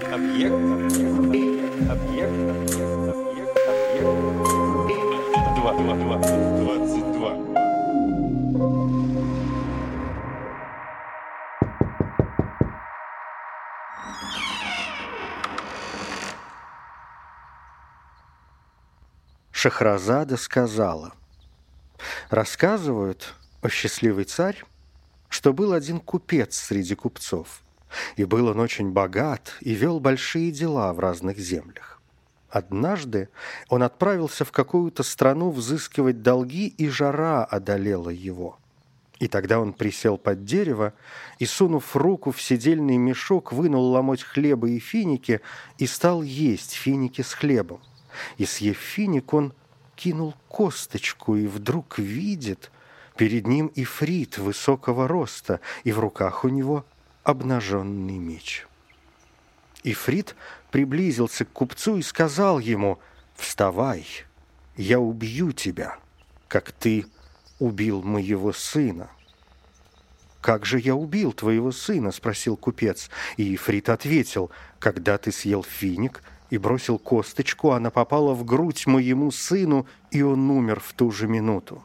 Объект. Объект. Объект. Объект. 22. Шахразада сказала: рассказывают, о счастливый царь, что был один купец среди купцов, и был он очень богат и вел большие дела в разных землях. Однажды он отправился в какую-то страну взыскивать долги, и жара одолела его. И тогда он присел под дерево и, сунув руку в седельный мешок, вынул ломоть хлеба и финики и стал есть финики с хлебом. И, съев финик, он кинул косточку, и вдруг видит перед ним ифрит высокого роста, и в руках у него обнаженный меч. Ифрит приблизился к купцу и сказал ему: «Вставай, я убью тебя, как ты убил моего сына». «Как же я убил твоего сына?» – спросил купец. И Ифрит ответил: «Когда ты съел финик и бросил косточку, она попала в грудь моему сыну, и он умер в ту же минуту».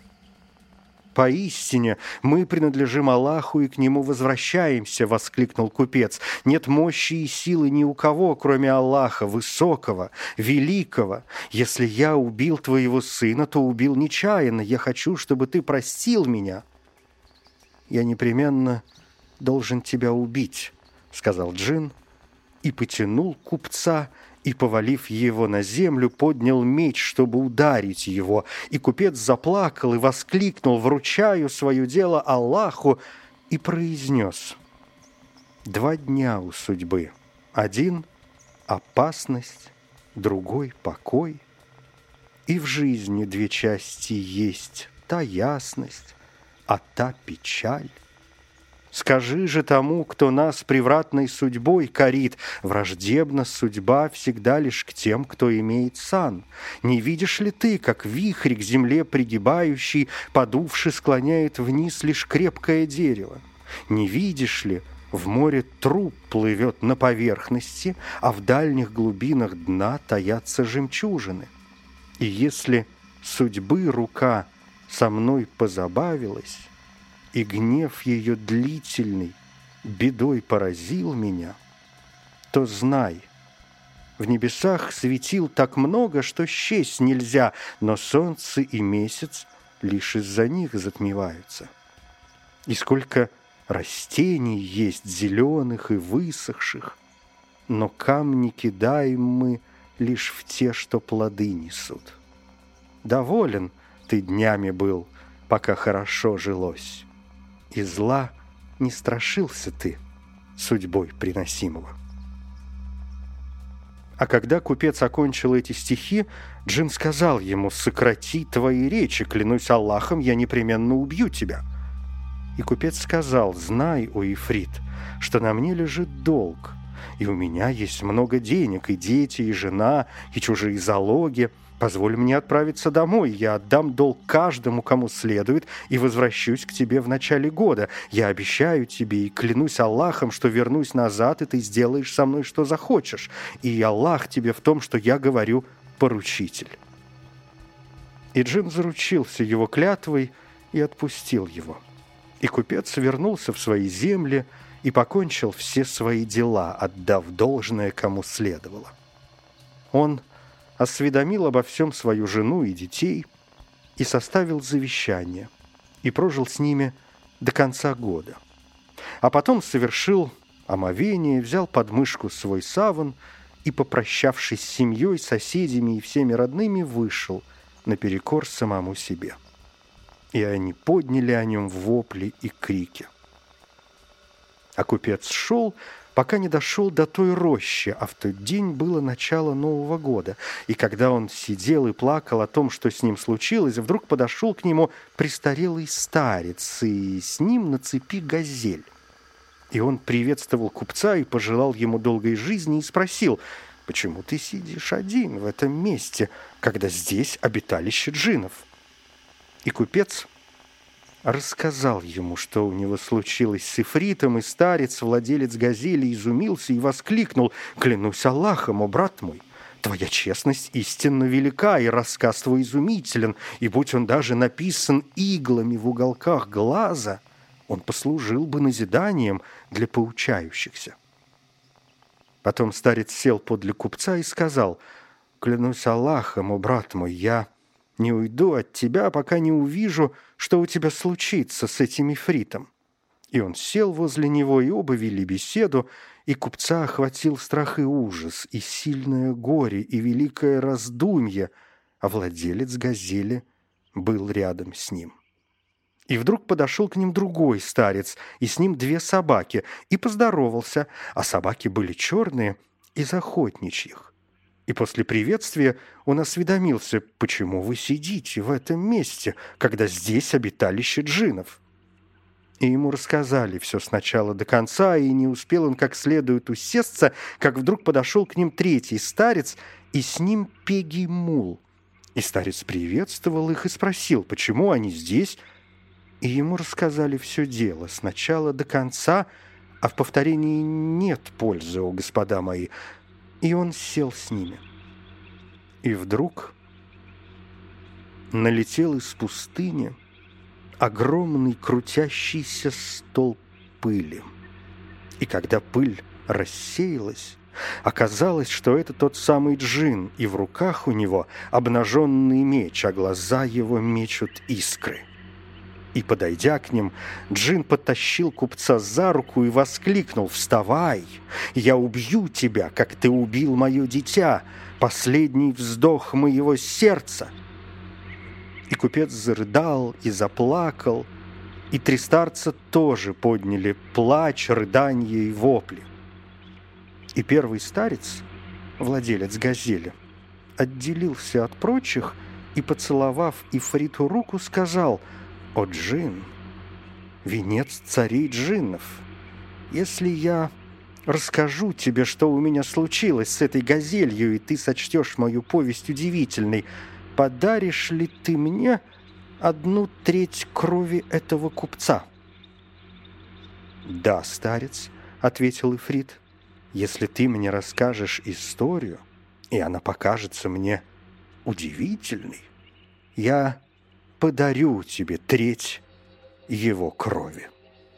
«Поистине мы принадлежим Аллаху и к Нему возвращаемся», — воскликнул купец. «Нет мощи и силы ни у кого, кроме Аллаха, высокого, великого. Если я убил твоего сына, то убил нечаянно. Я хочу, чтобы ты простил меня». «Я непременно должен тебя убить», — сказал джин, и потянул купца, и, повалив его на землю, поднял меч, чтобы ударить его. И купец заплакал и воскликнул: «Вручаю свое дело Аллаху», и произнес: 2 дня у судьбы. Один — опасность, другой — покой. И в жизни 2 части есть: та ясность, а та печаль. Скажи же тому, кто нас превратной судьбой корит: враждебна судьба всегда лишь к тем, кто имеет сан. Не видишь ли ты, как вихрь к земле пригибающий, подувши, склоняет вниз лишь крепкое дерево? Не видишь ли, в море труп плывет на поверхности, а в дальних глубинах дна таятся жемчужины? И если судьбы рука со мной позабавилась, и гнев ее длительный бедой поразил меня, то знай, в небесах светил так много, что счесть нельзя, но солнце и месяц лишь из-за них затмеваются. И сколько растений есть зеленых и высохших, но камни кидаем мы лишь в те, что плоды несут. Доволен ты днями был, пока хорошо жилось, и зла не страшился ты судьбой приносимого». А когда купец окончил эти стихи, джин сказал ему: «Сократи твои речи, клянусь Аллахом, я непременно убью тебя». И купец сказал: «Знай, о Ифрит, что на мне лежит долг, и у меня есть много денег, и дети, и жена, и чужие залоги. Позволь мне отправиться домой, я отдам долг каждому, кому следует, и возвращусь к тебе в начале года. Я обещаю тебе и клянусь Аллахом, что вернусь назад, и ты сделаешь со мной, что захочешь. И Аллах тебе в том, что я говорю, поручитель». И джин заручился его клятвой и отпустил его. И купец вернулся в свои земли и покончил все свои дела, отдав должное, кому следовало. Он осведомил обо всем свою жену и детей и составил завещание, и прожил с ними до конца года. А потом совершил омовение, взял под мышку свой саван и, попрощавшись с семьей, соседями и всеми родными, вышел наперекор самому себе. И они подняли о нем вопли и крики. А купец шел, пока не дошел до той рощи, а в тот день было начало Нового года. И когда он сидел и плакал о том, что с ним случилось, вдруг подошел к нему престарелый старец, и с ним на цепи газель. И он приветствовал купца и пожелал ему долгой жизни и спросил: «Почему ты сидишь один в этом месте, когда здесь обиталище джиннов?» И купец рассказал ему, что у него случилось с Ифритом, и старец, владелец газели, изумился и воскликнул: «Клянусь Аллахом, о брат мой! Твоя честность истинно велика, и рассказ твой изумителен, и будь он даже написан иглами в уголках глаза, он послужил бы назиданием для поучающихся». Потом старец сел подле купца и сказал: «Клянусь Аллахом, о брат мой, я не уйду от тебя, пока не увижу, что у тебя случится с этим ифритом». И он сел возле него, и оба вели беседу, и купца охватил страх и ужас, и сильное горе, и великое раздумье, а владелец газели был рядом с ним. И вдруг подошел к ним другой старец, и с ним 2 собаки, и поздоровался, а собаки были черные, из охотничьих. И после приветствия он осведомился: «Почему вы сидите в этом месте, когда здесь обиталище джиннов?» И ему рассказали все с начала до конца, и не успел он как следует усесться, как вдруг подошел к ним 3-й старец, и с ним Пегий Мул. И старец приветствовал их и спросил, почему они здесь, и ему рассказали все дело с начала до конца, а в повторении нет пользы, о господа мои. И он сел с ними. И вдруг налетел из пустыни огромный крутящийся столб пыли. И когда пыль рассеялась, оказалось, что это тот самый джин, и в руках у него обнаженный меч, а глаза его мечут искры. И, подойдя к ним, джин подтащил купца за руку и воскликнул: «Вставай! Я убью тебя, как ты убил мое дитя, последний вздох моего сердца!» И купец зарыдал и заплакал, и 3 старца тоже подняли плач, рыдания и вопли. И первый старец, владелец газели, отделился от прочих и, поцеловав Ифриту руку, сказал: «О джин, венец царей джиннов, если я расскажу тебе, что у меня случилось с этой газелью, и ты сочтешь мою повесть удивительной, подаришь ли ты мне 1/3 крови этого купца?» «Да, старец», — ответил Ифрит, — «если ты мне расскажешь историю, и она покажется мне удивительной, я подарю тебе 1/3 его крови».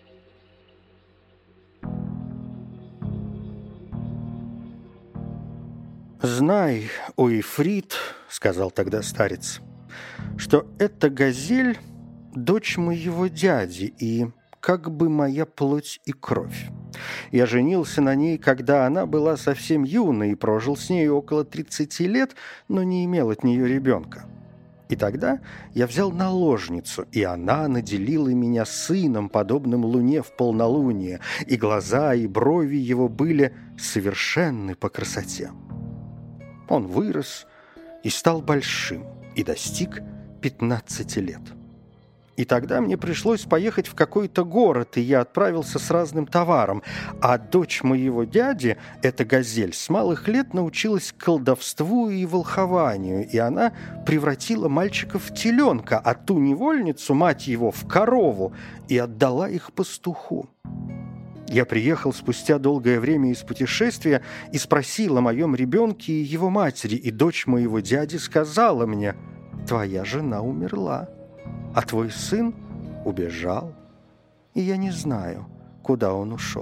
«Знай, о Ифрит, — сказал тогда старец, — что эта газель — дочь моего дяди и как бы моя плоть и кровь. Я женился на ней, когда она была совсем юной, и прожил с ней около 30 лет, но не имел от нее ребенка. И тогда я взял наложницу, и она наделила меня сыном, подобным луне в полнолуние, и глаза и брови его были совершенны по красоте. Он вырос и стал большим, и достиг 15 лет. И тогда мне пришлось поехать в какой-то город, и я отправился с разным товаром. А дочь моего дяди, эта газель, с малых лет научилась колдовству и волхованию, и она превратила мальчика в теленка, а ту невольницу, мать его, в корову, и отдала их пастуху. Я приехал спустя долгое время из путешествия и спросил о моем ребенке и его матери, и дочь моего дяди сказала мне: «Твоя жена умерла, а твой сын убежал, и я не знаю, куда он ушел».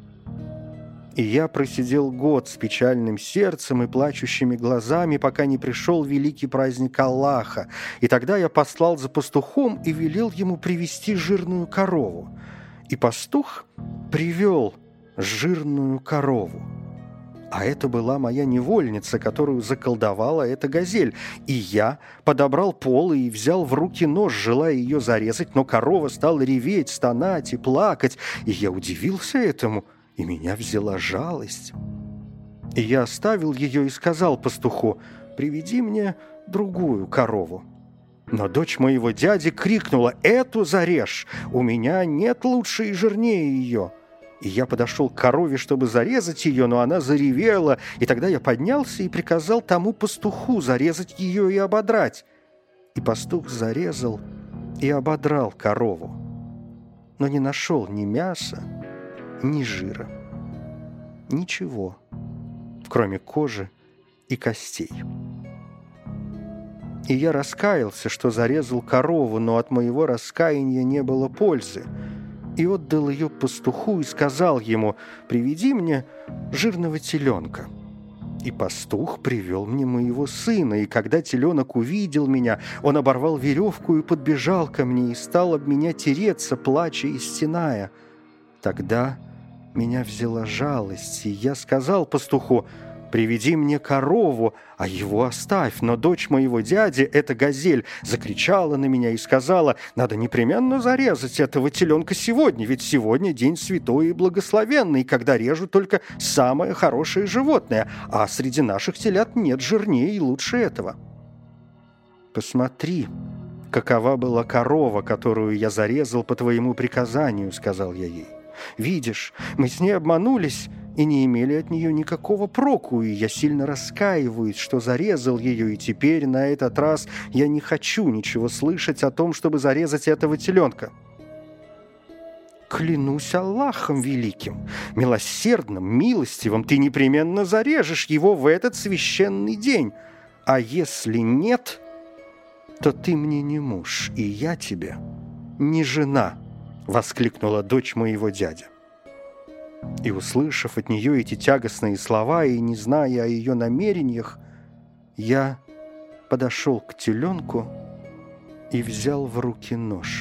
И я просидел год с печальным сердцем и плачущими глазами, пока не пришел великий праздник Аллаха, и тогда я послал за пастухом и велел ему привести жирную корову. И пастух привел жирную корову. А это была моя невольница, которую заколдовала эта газель. И я подобрал полы и взял в руки нож, желая ее зарезать, но корова стала реветь, стонать и плакать. И я удивился этому, и меня взяла жалость. И я оставил ее и сказал пастуху: «Приведи мне другую корову». Но дочь моего дяди крикнула: «Эту зарежь! У меня нет лучше и жирнее ее!» И я подошел к корове, чтобы зарезать ее, но она заревела, и тогда я поднялся и приказал тому пастуху зарезать ее и ободрать. И пастух зарезал и ободрал корову, но не нашел ни мяса, ни жира, ничего, кроме кожи и костей. И я раскаялся, что зарезал корову, но от моего раскаяния не было пользы, и отдал ее пастуху и сказал ему: «Приведи мне жирного теленка». И пастух привел мне моего сына, и когда теленок увидел меня, он оборвал веревку и подбежал ко мне, и стал об меня тереться, плача и стеная. Тогда меня взяла жалость, и я сказал пастуху: «Приведи мне корову, а его оставь». Но дочь моего дяди, эта газель, закричала на меня и сказала: «Надо непременно зарезать этого теленка сегодня, ведь сегодня день святой и благословенный, когда режут только самое хорошее животное, а среди наших телят нет жирнее и лучше этого». «Посмотри, какова была корова, которую я зарезал по твоему приказанию», — сказал я ей. «Видишь, мы с ней обманулись и не имели от нее никакого проку, и я сильно раскаиваюсь, что зарезал ее, и теперь на этот раз я не хочу ничего слышать о том, чтобы зарезать этого теленка». «Клянусь Аллахом великим, милосердным, милостивым, ты непременно зарежешь его в этот священный день, а если нет, то ты мне не муж, и я тебе не жена», — воскликнула дочь моего дяди. И, услышав от нее эти тягостные слова и не зная о ее намерениях, я подошел к теленку и взял в руки нож.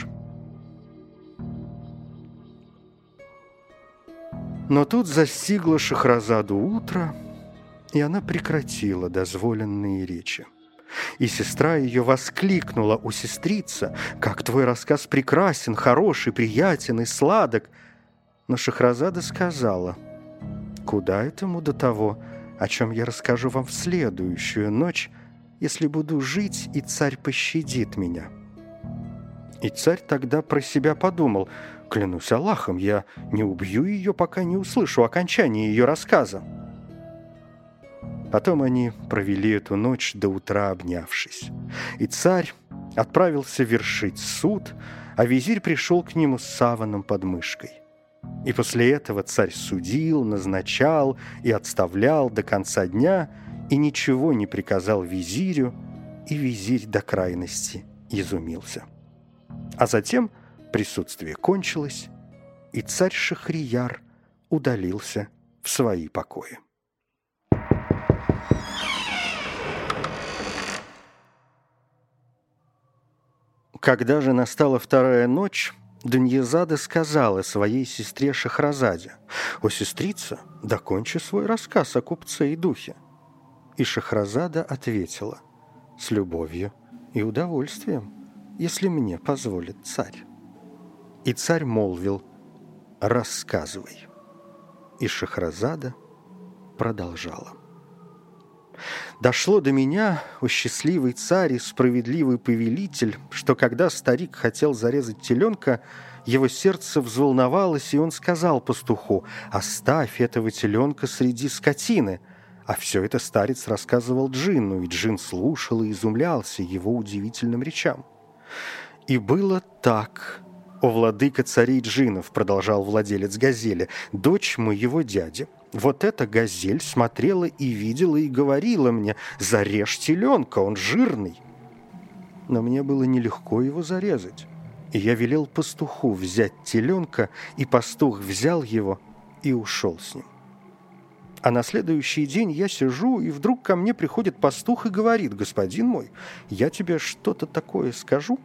Но тут застигло Шахразаду утро, и она прекратила дозволенные речи. И сестра ее воскликнула: «О, сестрица, как твой рассказ прекрасен, хороший, приятен и сладок!» Но Шахразада сказала: «Куда этому до того, о чем я расскажу вам в следующую ночь, если буду жить, и царь пощадит меня?» И царь тогда про себя подумал: «Клянусь Аллахом, я не убью ее, пока не услышу окончания ее рассказа». Потом они провели эту ночь до утра, обнявшись. И царь отправился вершить суд, а визирь пришел к нему с саваном под мышкой. И после этого царь судил, назначал и отставлял до конца дня, и ничего не приказал визирю, и визирь до крайности изумился. А затем присутствие кончилось, и царь Шахрияр удалился в свои покои. Когда же настала вторая ночь, Дуньязада сказала своей сестре Шахразаде: «О, сестрица, докончи свой рассказ о купце и духе». И Шахразада ответила: «С любовью и удовольствием, если мне позволит царь». И царь молвил: «Рассказывай». И Шахразада продолжала: «Дошло до меня, о счастливый царь и справедливый повелитель, что когда старик хотел зарезать теленка, его сердце взволновалось, и он сказал пастуху: «Оставь этого теленка среди скотины». А все это старец рассказывал джинну, и джин слушал и изумлялся его удивительным речам. «И было так, о владыка царей джиннов», — продолжал владелец газели, «дочь моего дяди. Вот эта газель смотрела и видела и говорила мне: зарежь теленка, он жирный». Но мне было нелегко его зарезать, и я велел пастуху взять теленка, и пастух взял его и ушел с ним. А на следующий день я сижу, и вдруг ко мне приходит пастух и говорит: «Господин мой, я тебе что-то такое скажу,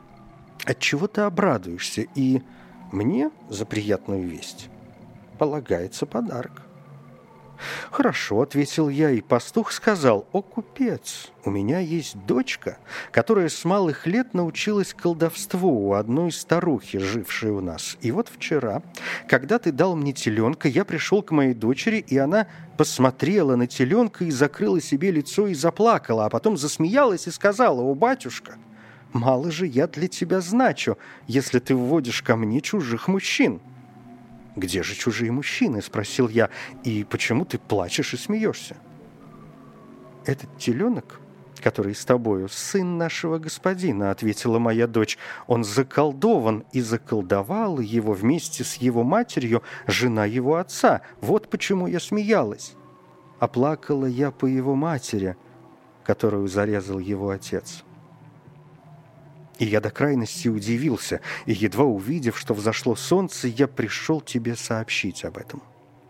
отчего ты обрадуешься, и мне за приятную весть полагается подарок». «Хорошо», — ответил я, и пастух сказал: «О, купец, у меня есть дочка, которая с малых лет научилась колдовству у одной старухи, жившей у нас. И вот вчера, когда ты дал мне теленка, я пришел к моей дочери, и она посмотрела на теленка и закрыла себе лицо и заплакала, а потом засмеялась и сказала: «О, батюшка, мало же я для тебя значу, если ты вводишь ко мне чужих мужчин». «Где же чужие мужчины?» — спросил я. «И почему ты плачешь и смеешься?» «Этот теленок который с тобою, сын нашего господина, ответила моя дочь. Он заколдован, и заколдовала его вместе с его матерью жена его отца. Вот почему я смеялась. Оплакала я по его матери, которую зарезал его отец. И я до крайности удивился, и, едва увидев, что взошло солнце, я пришел тебе сообщить об этом.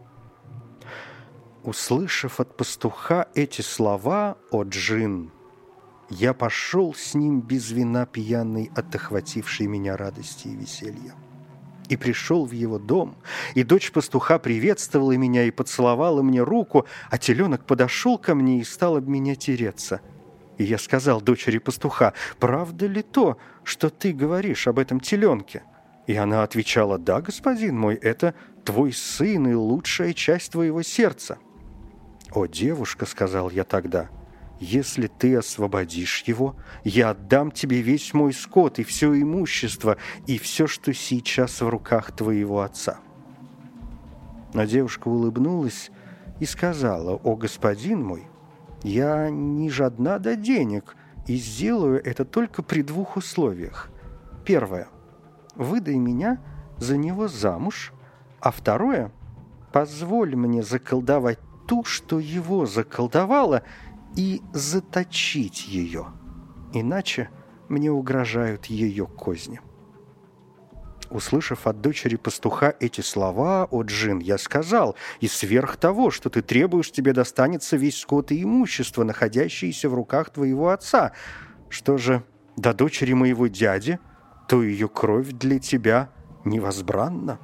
Услышав от пастуха эти слова, о джин, я пошел с ним без вина пьяный от охватившей меня радости и веселья. И пришел в его дом, и дочь пастуха приветствовала меня и поцеловала мне руку, а теленок подошел ко мне и стал об меня тереться. И я сказал дочери пастуха: «Правда ли то, что ты говоришь об этом теленке?» И она отвечала: «Да, господин мой, это твой сын и лучшая часть твоего сердца». «О, девушка, — сказал я тогда, — если ты освободишь его, я отдам тебе весь мой скот и все имущество, и все, что сейчас в руках твоего отца». Но девушка улыбнулась и сказала: «О, господин мой, я не жадна до денег и сделаю это только при двух условиях. Первое — выдай меня за него замуж, а второе — позволь мне заколдовать ту, что его заколдовала, и заточить ее, иначе мне угрожают ее козни». Услышав от дочери пастуха эти слова, о джин, я сказал: «И сверх того, что ты требуешь, тебе достанется весь скот и имущество, находящееся в руках твоего отца. Что же до дочери моего дяди, то ее кровь для тебя невозбранна».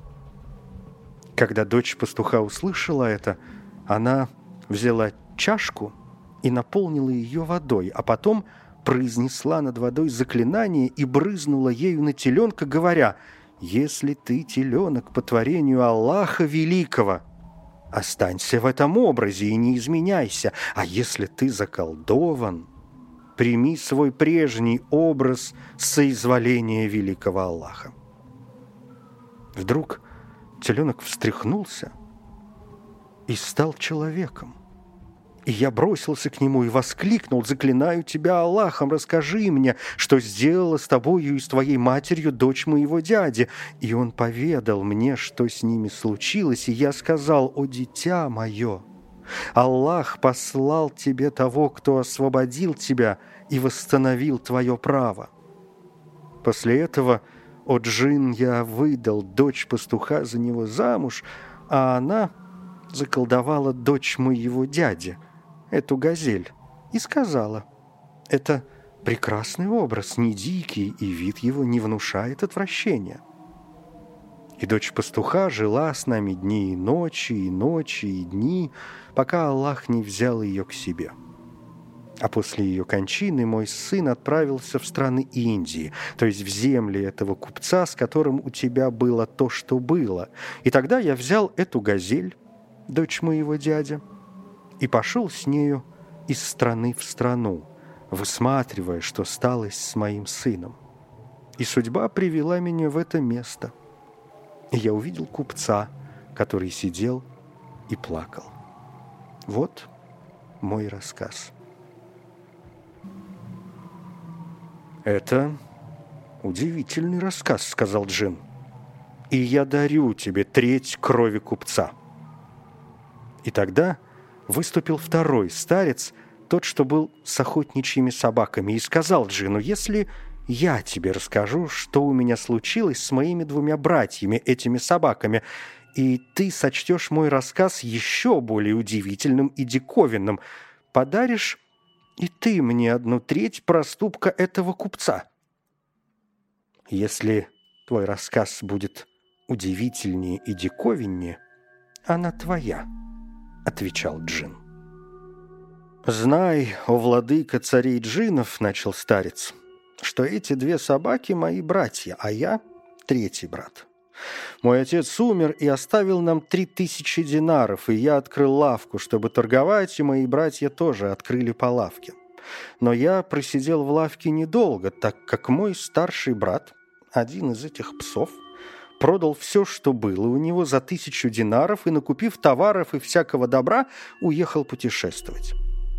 Когда дочь пастуха услышала это, она взяла чашку и наполнила ее водой, а потом произнесла над водой заклинание и брызнула ею на теленка, говоря: «Если ты теленок по творению Аллаха Великого, останься в этом образе и не изменяйся, а если ты заколдован, прими свой прежний образ соизволения великого Аллаха». Вдруг теленок встряхнулся и стал человеком. И я бросился к нему и воскликнул: «Заклинаю тебя Аллахом, расскажи мне, что сделала с тобою и с твоей матерью дочь моего дяди». И он поведал мне, что с ними случилось, и я сказал: «О, дитя мое, Аллах послал тебе того, кто освободил тебя и восстановил твое право». После этого, о джин, я выдал дочь пастуха за него замуж, а она заколдовала дочь моего дяди, эту газель, и сказала: «Это прекрасный образ, не дикий, и вид его не внушает отвращения». И дочь пастуха жила с нами дни и ночи, и дни, пока Аллах не взял ее к себе. А после ее кончины мой сын отправился в страны Индии, то есть в земли этого купца, с которым у тебя было то, что было. И тогда я взял эту газель, дочь моего дяди, и пошел с нею из страны в страну, высматривая, что сталось с моим сыном. И судьба привела меня в это место. И я увидел купца, который сидел и плакал. Вот мой рассказ. «Это удивительный рассказ, — сказал джин, — и я дарю тебе треть крови купца». И тогда выступил второй старец, тот, что был с охотничьими собаками, и сказал джину: «Если я тебе расскажу, что у меня случилось с моими двумя братьями, этими собаками, и ты сочтешь мой рассказ еще более удивительным и диковинным, подаришь и ты мне 1/3 проступка этого купца». «Если твой рассказ будет удивительнее и диковиннее, она твоя», — отвечал джин. «Знай, о владыка царей джинов, — начал старец, — что эти 2 собаки — мои братья, а я — 3-й брат. Мой отец умер и оставил нам 3000 динаров, и я открыл лавку, чтобы торговать, и мои братья тоже открыли по лавке. Но я просидел в лавке недолго, так как мой старший брат, один из этих псов, продал все, что было у него, за 1000 динаров, и, накупив товаров и всякого добра, уехал путешествовать.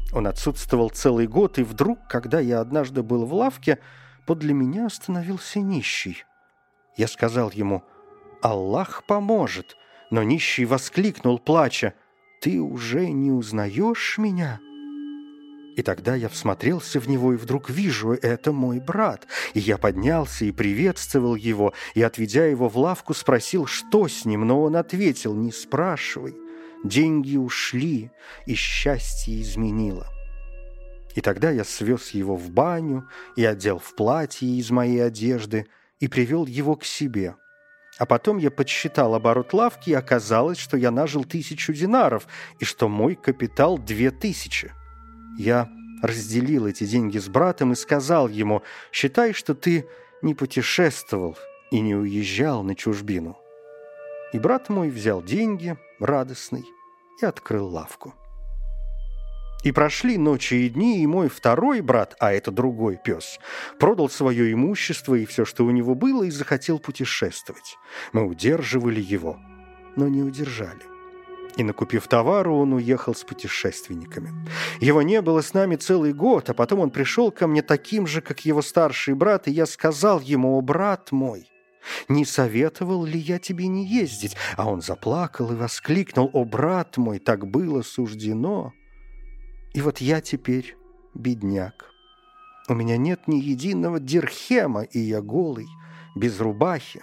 Он отсутствовал целый год, и вдруг, когда я однажды был в лавке, подле меня остановился нищий. Я сказал ему: «Аллах поможет», но нищий воскликнул, плача: «Ты уже не узнаешь меня?» И тогда я всмотрелся в него, и вдруг вижу, это мой брат. И я поднялся и приветствовал его, и, отведя его в лавку, спросил, что с ним, но он ответил: «Не спрашивай, деньги ушли, и счастье изменило». И тогда я свез его в баню и одел в платье из моей одежды и привел его к себе. А потом я подсчитал оборот лавки, и оказалось, что я нажил 1000 динаров, и что мой капитал 2000. Я разделил эти деньги с братом и сказал ему: «Считай, что ты не путешествовал и не уезжал на чужбину». И брат мой взял деньги, радостный, и открыл лавку. И прошли ночи и дни, и мой второй брат, а это другой пес, продал свое имущество и все, что у него было, и захотел путешествовать. Мы удерживали его, но не удержали. И, накупив товару, он уехал с путешественниками. Его не было с нами целый год, а потом он пришел ко мне таким же, как его старший брат, и я сказал ему: «О, брат мой, не советовал ли я тебе не ездить?» А он заплакал и воскликнул: «О, брат мой, так было суждено. И вот я теперь бедняк. У меня нет ни единого дирхема, и я голый, без рубахи».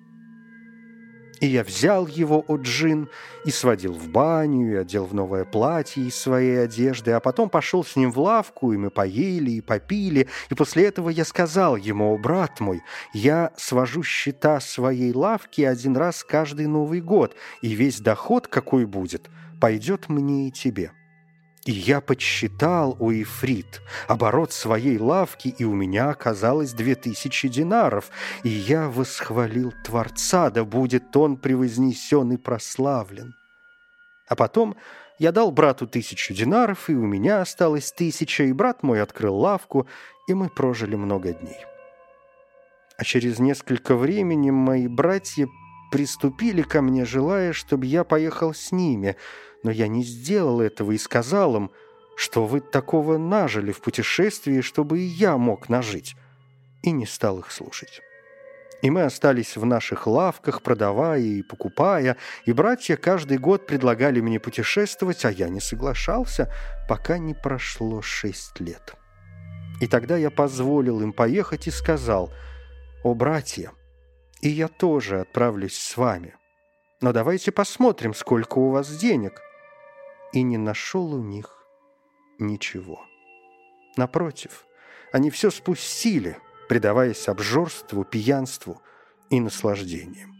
И я взял его, о джин, и сводил в баню, и одел в новое платье из своей одежды, а потом пошел с ним в лавку, и мы поели и попили, и после этого я сказал ему: «О, брат мой, я свожу счета своей лавки один раз каждый Новый год, и весь доход, какой будет, пойдет мне и тебе». И я подсчитал, о ифрит, оборот своей лавки, и у меня оказалось 2000 динаров, и я восхвалил Творца, да будет он превознесен и прославлен. А потом я дал брату 1000 динаров, и у меня осталось 1000, и брат мой открыл лавку, и мы прожили много дней. А через несколько времени мои братья приступили ко мне, желая, чтобы я поехал с ними, но я не сделал этого и сказал им: «Что вы такого нажили в путешествии, чтобы и я мог нажить?» И не стал их слушать. И мы остались в наших лавках, продавая и покупая, и братья каждый год предлагали мне путешествовать, а я не соглашался, пока не прошло 6 лет. И тогда я позволил им поехать и сказал: «О, братья, и я тоже отправлюсь с вами, но давайте посмотрим, сколько у вас денег». И не нашел у них ничего. Напротив, они все спустили, предаваясь обжорству, пьянству и наслаждениям.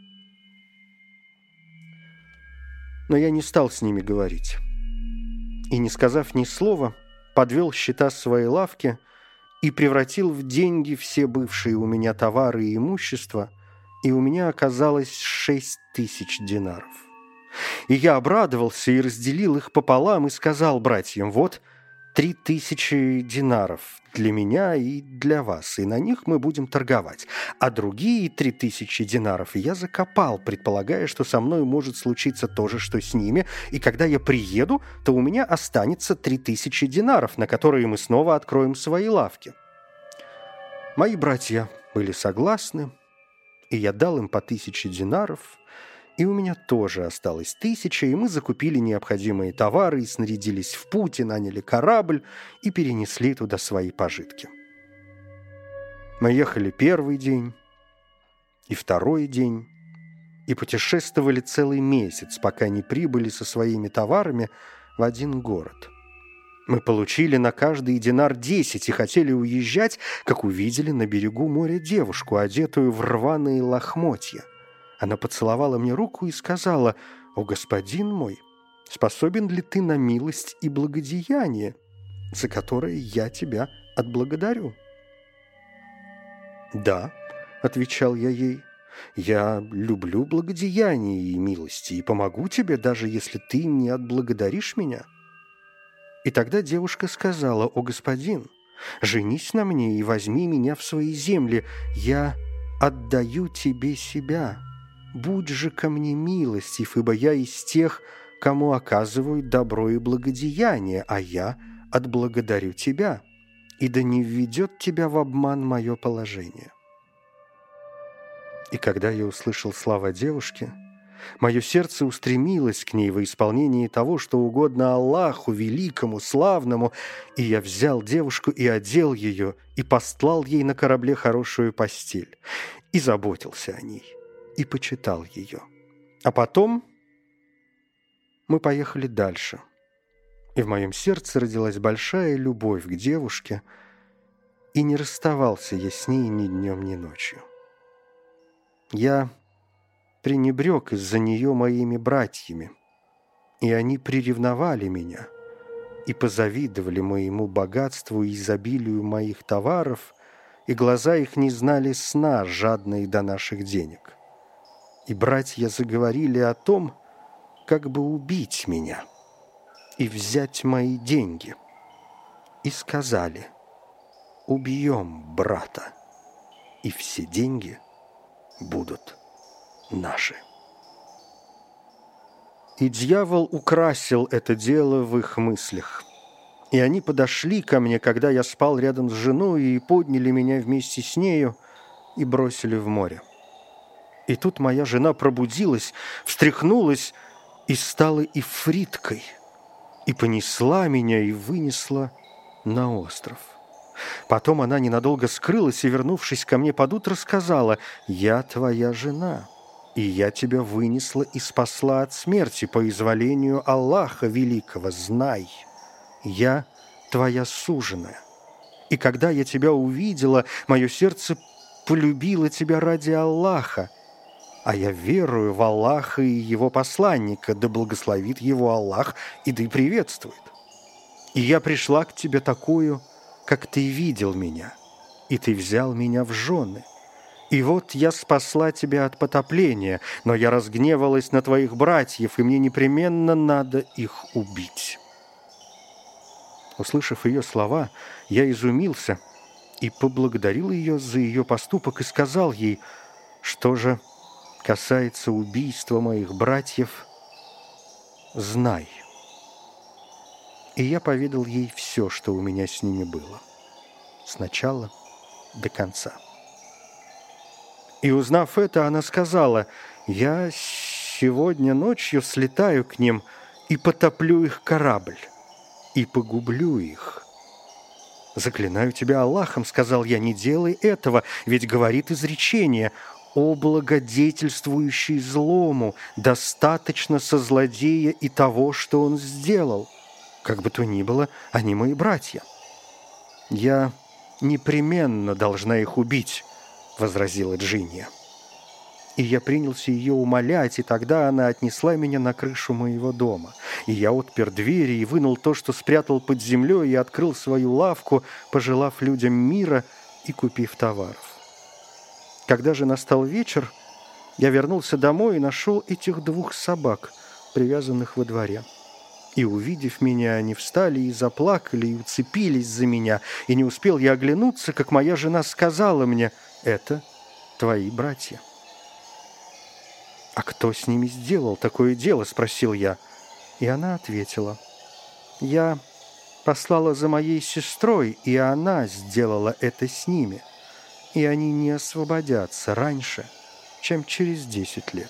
Но я не стал с ними говорить. И, не сказав ни слова, подвел счета своей лавки и превратил в деньги все бывшие у меня товары и имущество, и у меня оказалось 6000 динаров. И я обрадовался и разделил их пополам и сказал братьям: «Вот 3000 динаров для меня и для вас, и на них мы будем торговать. А другие 3000 динаров я закопал, предполагая, что со мной может случиться то же, что с ними, и когда я приеду, то у меня останется 3000 динаров, на которые мы снова откроем свои лавки». Мои братья были согласны, и я дал им по 1000 динаров, и у меня тоже осталось 1000, и мы закупили необходимые товары и снарядились в путь, и наняли корабль, и перенесли туда свои пожитки. Мы ехали первый день и второй день, и путешествовали целый месяц, пока не прибыли со своими товарами в один город. Мы получили на каждый динар 10 и хотели уезжать, как увидели на берегу моря девушку, одетую в рваные лохмотья. Она поцеловала мне руку и сказала: «О, господин мой, способен ли ты на милость и благодеяние, за которое я тебя отблагодарю?» «Да», — отвечал я ей, — «я люблю благодеяние и милости и помогу тебе, даже если ты не отблагодаришь меня». И тогда девушка сказала: «О, господин, женись на мне и возьми меня в свои земли, я отдаю тебе себя. Будь же ко мне милостив, ибо я из тех, кому оказывают добро и благодеяние, а я отблагодарю тебя, и да не введет тебя в обман мое положение». И когда я услышал слова девушки, мое сердце устремилось к ней во исполнении того, что угодно Аллаху, великому, славному, и я взял девушку и одел ее, и постлал ей на корабле хорошую постель, и заботился о ней, и почитал ее. А потом мы поехали дальше, и в моем сердце родилась большая любовь к девушке, и не расставался я с ней ни днем, ни ночью. Я пренебрег из-за нее моими братьями, и они приревновали меня и позавидовали моему богатству и изобилию моих товаров, и глаза их не знали сна, жадные до наших денег. И братья заговорили о том, как бы убить меня и взять мои деньги, и сказали: «Убьем брата, и все деньги будут наши». И дьявол украсил это дело в их мыслях. И они подошли ко мне, когда я спал рядом с женой, и подняли меня вместе с нею и бросили в море. И тут моя жена пробудилась, встряхнулась и стала ифриткой, и понесла меня и вынесла на остров. Потом она ненадолго скрылась и, вернувшись ко мне под утро, сказала: «Я твоя жена, и я тебя вынесла и спасла от смерти по изволению Аллаха Великого. Знай, я твоя суженая. И когда я тебя увидела, мое сердце полюбило тебя ради Аллаха, а я верую в Аллаха и его посланника, да благословит его Аллах и да и приветствует. И я пришла к тебе такую, как ты видел меня, и ты взял меня в жены. И вот я спасла тебя от потопления, но я разгневалась на твоих братьев, и мне непременно надо их убить». Услышав ее слова, я изумился и поблагодарил ее за ее поступок и сказал ей: «Что же касается убийства моих братьев, знай». И я поведал ей все, что у меня с ними было, с начала до конца. И, узнав это, она сказала: «Я сегодня ночью слетаю к ним и потоплю их корабль, и погублю их». «Заклинаю тебя Аллахом, — сказал я, — не делай этого, ведь говорит изречение: о благодетельствующий злому, достаточно со злодея и того, что он сделал. Как бы то ни было, они мои братья». «Я непременно должна их убить», — возразила Джинния. И я принялся ее умолять, и тогда она отнесла меня на крышу моего дома. И я отпер двери и вынул то, что спрятал под землей, и открыл свою лавку, пожелав людям мира и купив товаров. Когда же настал вечер, я вернулся домой и нашел этих двух собак, привязанных во дворе. И, увидев меня, они встали и заплакали, и уцепились за меня. И не успел я оглянуться, как моя жена сказала мне: «Это твои братья». «А кто с ними сделал такое дело?» – спросил я. И она ответила: «Я послала за моей сестрой, и она сделала это с ними, и они не освободятся раньше, чем через 10 лет».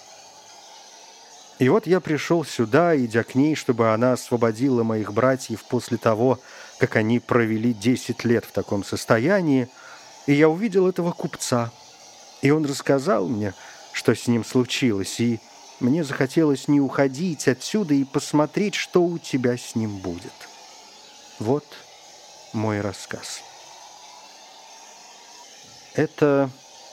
И вот я пришел сюда, идя к ней, чтобы она освободила моих братьев после того, как они провели 10 лет в таком состоянии, и я увидел этого купца, и он рассказал мне, что с ним случилось, и мне захотелось не уходить отсюда и посмотреть, что у тебя с ним будет. Вот мой рассказ. Это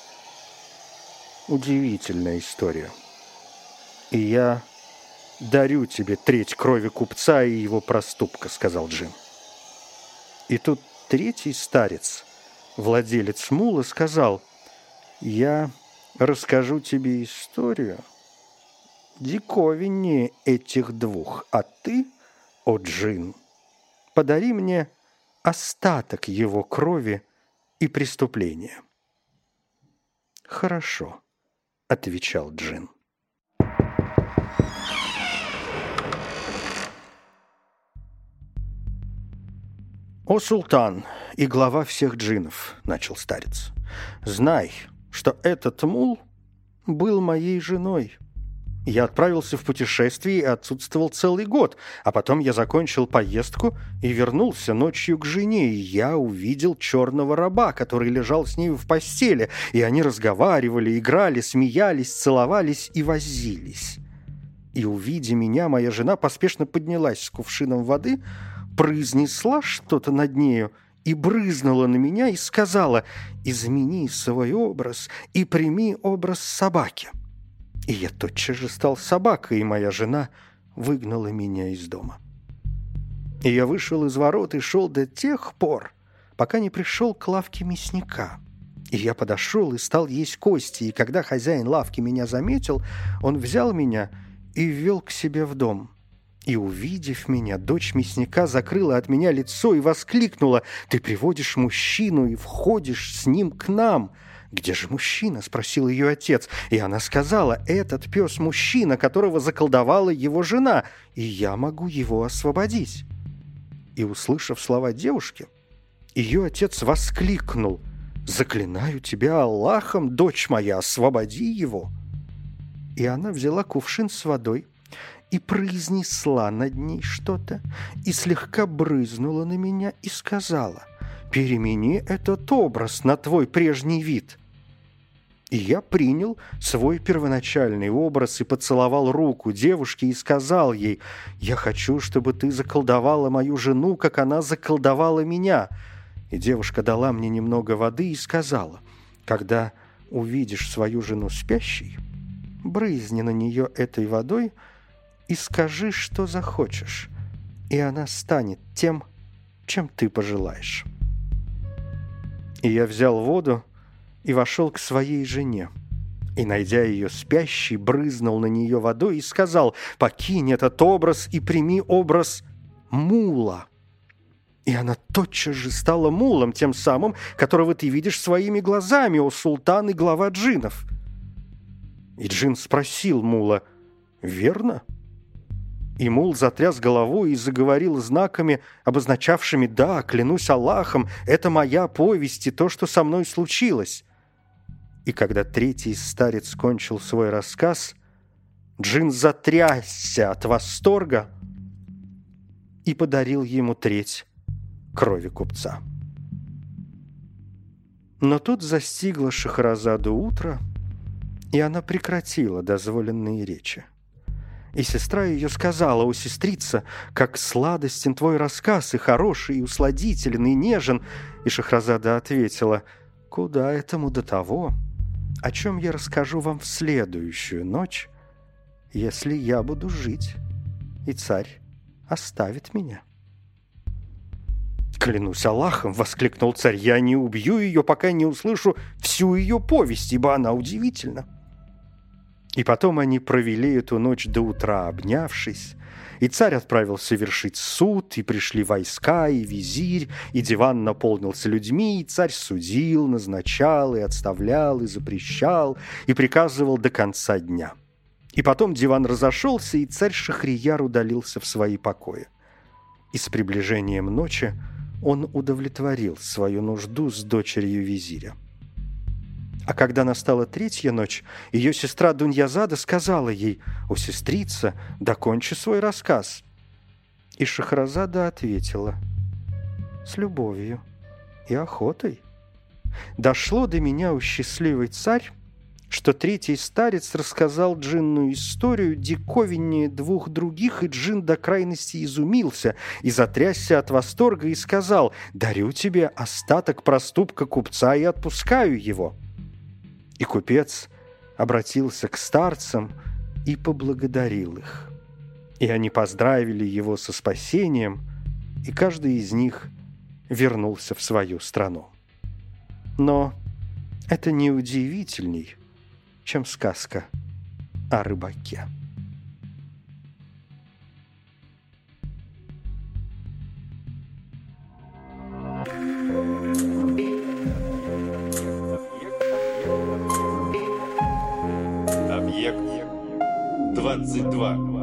удивительная история. «И я дарю тебе треть крови купца и его проступка», — сказал Джин. И тут третий старец, владелец мула, сказал: «Я расскажу тебе историю диковиннее этих двух, а ты, о Джин, подари мне остаток его крови и преступления». «Хорошо», — отвечал Джин. «О, султан и глава всех джиннов», — начал старец, — «знай, что этот мул был моей женой. Я отправился в путешествие и отсутствовал целый год, а потом я закончил поездку и вернулся ночью к жене, и я увидел черного раба, который лежал с нею в постели, и они разговаривали, играли, смеялись, целовались и возились. И, увидя меня, моя жена поспешно поднялась с кувшином воды, произнесла что-то над нею и брызнула на меня и сказала: «Измени свой образ и прими образ собаки». И я тотчас же стал собакой, и моя жена выгнала меня из дома. И я вышел из ворот и шел до тех пор, пока не пришел к лавке мясника. И я подошел и стал есть кости, и когда хозяин лавки меня заметил, он взял меня и ввел к себе в дом. И, увидев меня, дочь мясника закрыла от меня лицо и воскликнула: «Ты приводишь мужчину и входишь с ним к нам». «Где же мужчина?» — спросил ее отец. И она сказала: «Этот пес мужчина, которого заколдовала его жена, и я могу его освободить». И, услышав слова девушки, ее отец воскликнул: «Заклинаю тебя Аллахом, дочь моя, освободи его». И она взяла кувшин с водой и произнесла над ней что-то, и слегка брызнула на меня и сказала: «Перемени этот образ на твой прежний вид». И я принял свой первоначальный образ и поцеловал руку девушки и сказал ей: «Я хочу, чтобы ты заколдовала мою жену, как она заколдовала меня». И девушка дала мне немного воды и сказала: «Когда увидишь свою жену спящей, брызни на нее этой водой и скажи, что захочешь, и она станет тем, чем ты пожелаешь». И я взял воду и вошел к своей жене. И, найдя ее спящей, брызнул на нее водой и сказал: «Покинь этот образ и прими образ мула». И она тотчас же стала мулом, тем самым, которого ты видишь своими глазами, о султан и глава джиннов. И джин спросил мула: «Верно?» И мул затряс головой и заговорил знаками, обозначавшими: «Да, клянусь Аллахом, это моя повесть и то, что со мной случилось». И когда третий старец кончил свой рассказ, джин затрясся от восторга и подарил ему треть крови купца. Но тут застигло Шахразаду утро, и она прекратила дозволенные речи. И сестра ее сказала: «О, сестрица, как сладостен твой рассказ, и хороший, и усладителен, и нежен». И Шахразада ответила: «Куда этому до того, о чем я расскажу вам в следующую ночь, если я буду жить, и царь оставит меня». «Клянусь Аллахом!» — воскликнул царь: «я не убью ее, пока не услышу всю ее повесть, ибо она удивительна». И потом они провели эту ночь до утра, обнявшись, и царь отправился вершить суд, и пришли войска, и визирь, и диван наполнился людьми, и царь судил, назначал, и отставлял, и запрещал, и приказывал до конца дня. И потом диван разошелся, и царь Шахрияр удалился в свои покои. И с приближением ночи он удовлетворил свою нужду с дочерью визиря. А когда настала третья ночь, ее сестра Дуньязада сказала ей: «О, сестрица, докончи свой рассказ». И Шахразада ответила: «С любовью и охотой. Дошло до меня, о счастливый царь, что третий старец рассказал джинную историю диковиннее двух других, и джин до крайности изумился и затрясся от восторга и сказал: «Дарю тебе остаток проступка купца и отпускаю его». И купец обратился к старцам и поблагодарил их. И они поздравили его со спасением, и каждый из них вернулся в свою страну. Но это не удивительней, чем сказка о рыбаке. Объект 22.